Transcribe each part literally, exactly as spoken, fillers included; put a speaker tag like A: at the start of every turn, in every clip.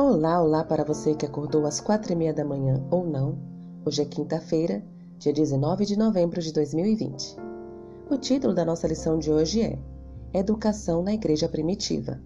A: Olá, olá para você que acordou às quatro e meia da manhã ou não. Hoje é quinta-feira, dia dezenove de novembro de dois mil e vinte. O título da nossa lição de hoje é Educação na Igreja Primitiva.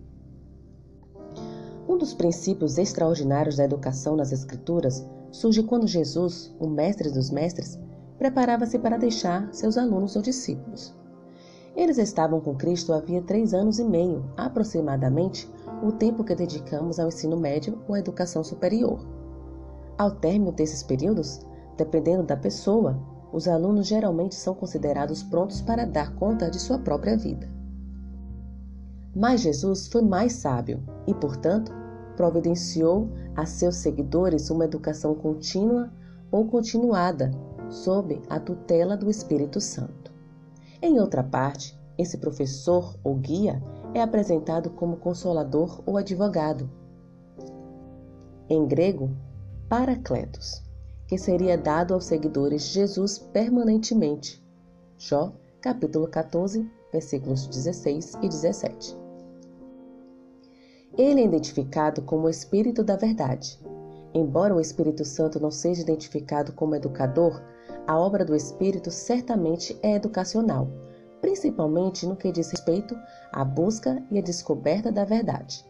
A: Um dos princípios extraordinários da educação nas Escrituras surge quando Jesus, o mestre dos mestres, preparava-se para deixar seus alunos ou discípulos. Eles estavam com Cristo havia três anos e meio, aproximadamente o tempo que dedicamos ao ensino médio ou à educação superior. Ao término desses períodos, dependendo da pessoa, os alunos geralmente são considerados prontos para dar conta de sua própria vida. Mas Jesus foi mais sábio e, portanto, providenciou a seus seguidores uma educação contínua ou continuada, sob a tutela do Espírito Santo. Em outra parte, esse professor ou guia é apresentado como consolador ou advogado. Em grego, Parakletos, que seria dado aos seguidores de Jesus permanentemente. Jó, capítulo quatorze, versículos dezesseis e dezessete. Ele é identificado como o Espírito da Verdade. Embora o Espírito Santo não seja identificado como educador, a obra do Espírito certamente é educacional, principalmente no que diz respeito à busca e à descoberta da verdade.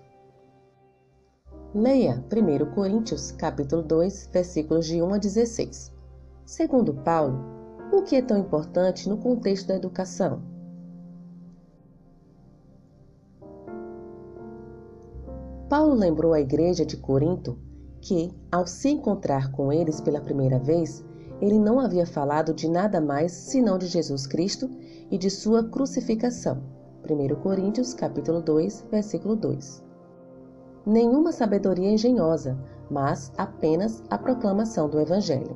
A: Leia primeira Coríntios, capítulo dois, versículos de um a dezesseis. Segundo Paulo, o que é tão importante no contexto da educação? Paulo lembrou à igreja de Corinto que, ao se encontrar com eles pela primeira vez, ele não havia falado de nada mais senão de Jesus Cristo e de sua crucificação. primeira Coríntios, capítulo dois, versículo dois. Nenhuma sabedoria engenhosa, mas apenas a proclamação do Evangelho.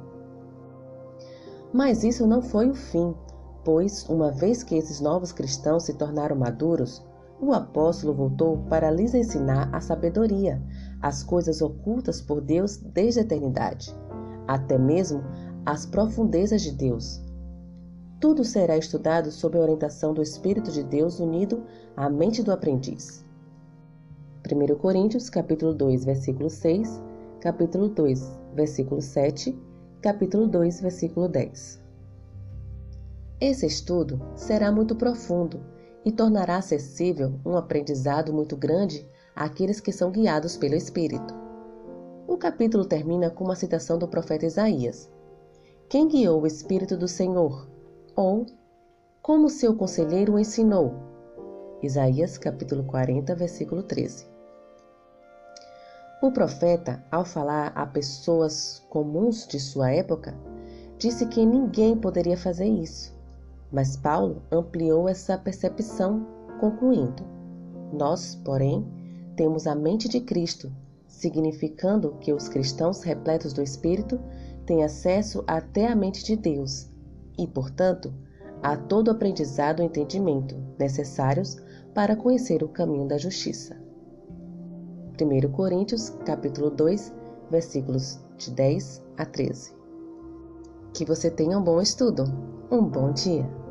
A: Mas isso não foi o fim, pois, uma vez que esses novos cristãos se tornaram maduros, o apóstolo voltou para lhes ensinar a sabedoria, as coisas ocultas por Deus desde a eternidade, até mesmo as profundezas de Deus. Tudo será estudado sob a orientação do Espírito de Deus unido à mente do aprendiz. primeira Coríntios, capítulo dois, versículo seis, capítulo dois, versículo sete, capítulo dois, versículo dez. Esse estudo será muito profundo e tornará acessível um aprendizado muito grande àqueles que são guiados pelo Espírito. O capítulo termina com uma citação do profeta Isaías. Quem guiou o Espírito do Senhor? Ou, como seu conselheiro o ensinou? Isaías, capítulo quarenta, versículo treze. O profeta, ao falar a pessoas comuns de sua época, disse que ninguém poderia fazer isso. Mas Paulo ampliou essa percepção, concluindo: Nós, porém, temos a mente de Cristo, significando que os cristãos repletos do Espírito têm acesso até a mente de Deus e, portanto, a todo o aprendizado e entendimento necessários para conhecer o caminho da justiça. primeira Coríntios, capítulo dois, versículos de dez a treze. Que você tenha um bom estudo, um bom dia!